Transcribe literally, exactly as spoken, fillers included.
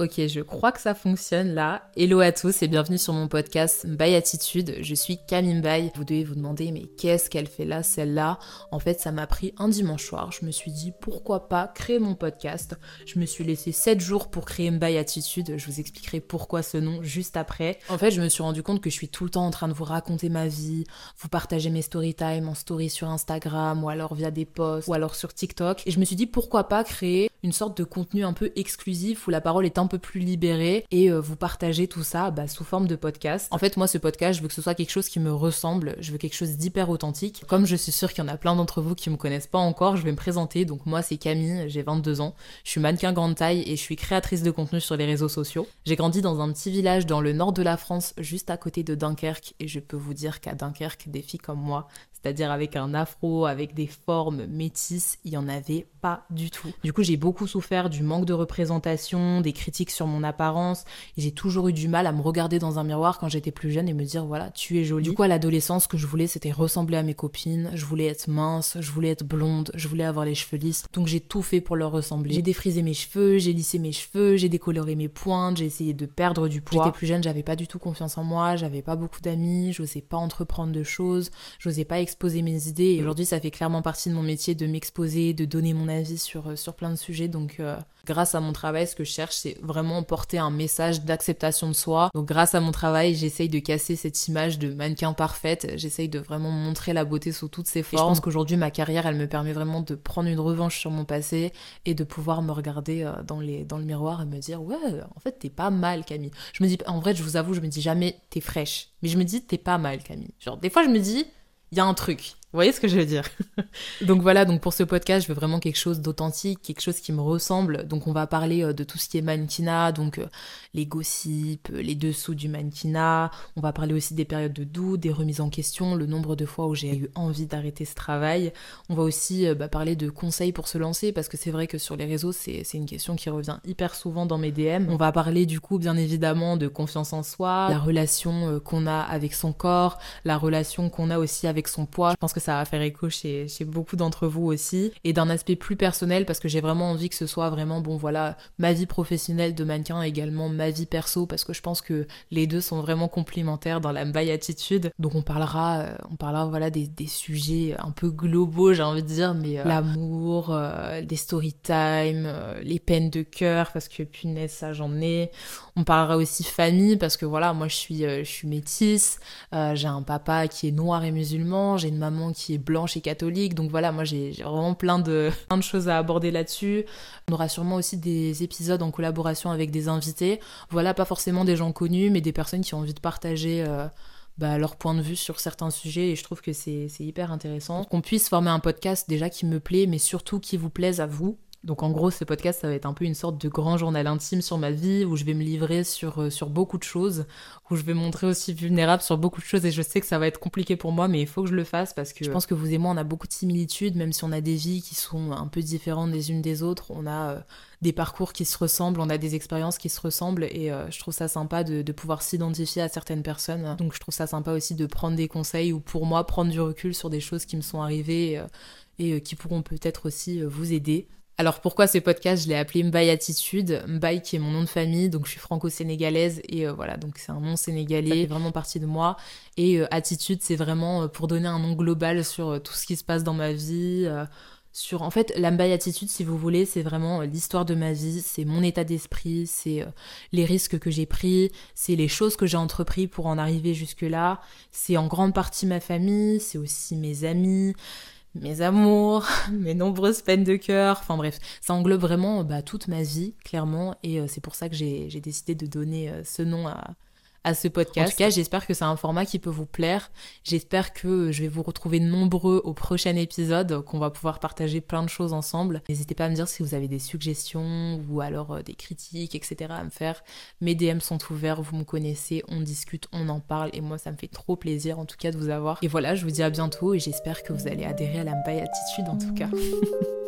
Ok, je crois que ça fonctionne là. Hello à tous et bienvenue sur mon podcast Mbaye Attitude. Je suis Camille Mbaye. Vous devez vous demander, mais qu'est-ce qu'elle fait là, celle-là? En fait, ça m'a pris un dimanche soir. Je me suis dit, pourquoi pas créer mon podcast? Je me suis laissé sept jours pour créer Mbaye Attitude. Je vous expliquerai pourquoi ce nom juste après. En fait, je me suis rendu compte que je suis tout le temps en train de vous raconter ma vie, vous partager mes story time en story sur Instagram ou alors via des posts ou alors sur TikTok. Et je me suis dit, pourquoi pas créer une sorte de contenu un peu exclusif où la parole est un peu plus libérée et euh, vous partagez tout ça bah, sous forme de podcast. En fait, moi, ce podcast, je veux que ce soit quelque chose qui me ressemble, je veux quelque chose d'hyper authentique. Comme je suis sûre qu'il y en a plein d'entre vous qui me connaissent pas encore, je vais me présenter. Donc moi, c'est Camille, j'ai vingt-deux ans, je suis mannequin grande taille et je suis créatrice de contenu sur les réseaux sociaux. J'ai grandi dans un petit village dans le nord de la France, juste à côté de Dunkerque, et je peux vous dire qu'à Dunkerque, des filles comme moi, c'est-à-dire avec un afro, avec des formes métisses, il y en avait pas du tout. Du coup, j'ai beaucoup souffert du manque de représentation, des critiques sur mon apparence, et j'ai toujours eu du mal à me regarder dans un miroir quand j'étais plus jeune et me dire voilà, tu es jolie. Du coup, à l'adolescence, ce que je voulais, c'était ressembler à mes copines, je voulais être mince, je voulais être blonde, je voulais avoir les cheveux lisses, donc j'ai tout fait pour leur ressembler. J'ai défrisé mes cheveux, j'ai lissé mes cheveux, j'ai décoloré mes pointes, j'ai essayé de perdre du poids. J'étais plus jeune, j'avais pas du tout confiance en moi, j'avais pas beaucoup d'amis, j'osais pas entreprendre de choses, j'osais pas exposer mes idées, et aujourd'hui ça fait clairement partie de mon métier de m'exposer, de donner mon avis sur, sur plein de sujets, donc euh, grâce à mon travail, ce que je cherche, c'est vraiment porter un message d'acceptation de soi. Donc grâce à mon travail, j'essaye de casser cette image de mannequin parfaite, j'essaye de vraiment montrer la beauté sous toutes ses formes. Et je pense qu'aujourd'hui, ma carrière, elle me permet vraiment de prendre une revanche sur mon passé et de pouvoir me regarder euh, dans, les, dans le miroir et me dire ouais, en fait, t'es pas mal, Camille. Je me dis, en vrai, je vous avoue, je me dis jamais t'es fraîche, mais je me dis t'es pas mal, Camille. Genre, des fois, je me dis, il y a un truc. Vous voyez ce que je veux dire? Donc voilà, donc pour ce podcast, je veux vraiment quelque chose d'authentique, quelque chose qui me ressemble. Donc on va parler euh, de tout ce qui est mannequinat, donc euh, les gossips, les dessous du mannequinat. On va parler aussi des périodes de doute, des remises en question, le nombre de fois où j'ai eu envie d'arrêter ce travail. On va aussi euh, bah, parler de conseils pour se lancer, parce que c'est vrai que sur les réseaux, c'est, c'est une question qui revient hyper souvent dans mes D M. On va parler du coup, bien évidemment, de confiance en soi, la relation euh, qu'on a avec son corps, la relation qu'on a aussi avec son poids. Je pense que ça va faire écho chez, chez beaucoup d'entre vous aussi, et d'un aspect plus personnel, parce que j'ai vraiment envie que ce soit vraiment, bon voilà, ma vie professionnelle de mannequin, également ma vie perso, parce que je pense que les deux sont vraiment complémentaires dans la Mbaye Attitude. Donc on parlera, euh, on parlera voilà, des, des sujets un peu globaux, j'ai envie de dire, mais euh, l'amour, euh, des story time, euh, les peines de cœur, parce que punaise, ça j'en ai. On parlera aussi famille, parce que voilà, moi je suis, euh, je suis métisse, euh, j'ai un papa qui est noir et musulman, j'ai une maman qui est blanche et catholique, donc voilà, moi j'ai, j'ai vraiment plein de, plein de choses à aborder là-dessus. On aura sûrement aussi des épisodes en collaboration avec des invités, voilà, pas forcément des gens connus, mais des personnes qui ont envie de partager euh, bah, leur point de vue sur certains sujets, et je trouve que c'est, c'est hyper intéressant. Qu'on puisse former un podcast déjà qui me plaît, mais surtout qui vous plaise à vous. Donc en gros, ce podcast, ça va être un peu une sorte de grand journal intime sur ma vie, où je vais me livrer sur, sur beaucoup de choses, où je vais montrer aussi vulnérable sur beaucoup de choses, et je sais que ça va être compliqué pour moi, mais il faut que je le fasse, parce que je pense que vous et moi, on a beaucoup de similitudes, même si on a des vies qui sont un peu différentes des unes des autres, on a euh, des parcours qui se ressemblent, on a des expériences qui se ressemblent, et euh, je trouve ça sympa de, de pouvoir s'identifier à certaines personnes. Donc je trouve ça sympa aussi de prendre des conseils, ou pour moi, prendre du recul sur des choses qui me sont arrivées, euh, et euh, qui pourront peut-être aussi euh, vous aider. Alors pourquoi ce podcast, je l'ai appelé Mbaye Attitude, Mbaye qui est mon nom de famille, donc je suis franco-sénégalaise, et euh, voilà, donc c'est un nom sénégalais, ça fait vraiment partie de moi, et euh, Attitude, c'est vraiment euh, pour donner un nom global sur euh, tout ce qui se passe dans ma vie, euh, sur, en fait, la Mbaye Attitude, si vous voulez, c'est vraiment euh, l'histoire de ma vie, c'est mon état d'esprit, c'est euh, les risques que j'ai pris, c'est les choses que j'ai entrepris pour en arriver jusque-là, c'est en grande partie ma famille, c'est aussi mes amis, mes amours, mes nombreuses peines de cœur, enfin bref, ça englobe vraiment bah, toute ma vie, clairement, et euh, c'est pour ça que j'ai, j'ai décidé de donner euh, ce nom à, à ce podcast. En tout cas, j'espère que c'est un format qui peut vous plaire, j'espère que je vais vous retrouver nombreux au prochain épisode, qu'on va pouvoir partager plein de choses ensemble. N'hésitez pas à me dire si vous avez des suggestions, ou alors euh, des critiques, et cetera à me faire. Mes D M sont ouverts, vous me connaissez, on discute, on en parle, et moi ça me fait trop plaisir en tout cas de vous avoir. Et voilà, je vous dis à bientôt, et j'espère que vous allez adhérer à la Mbaye Attitude en tout cas.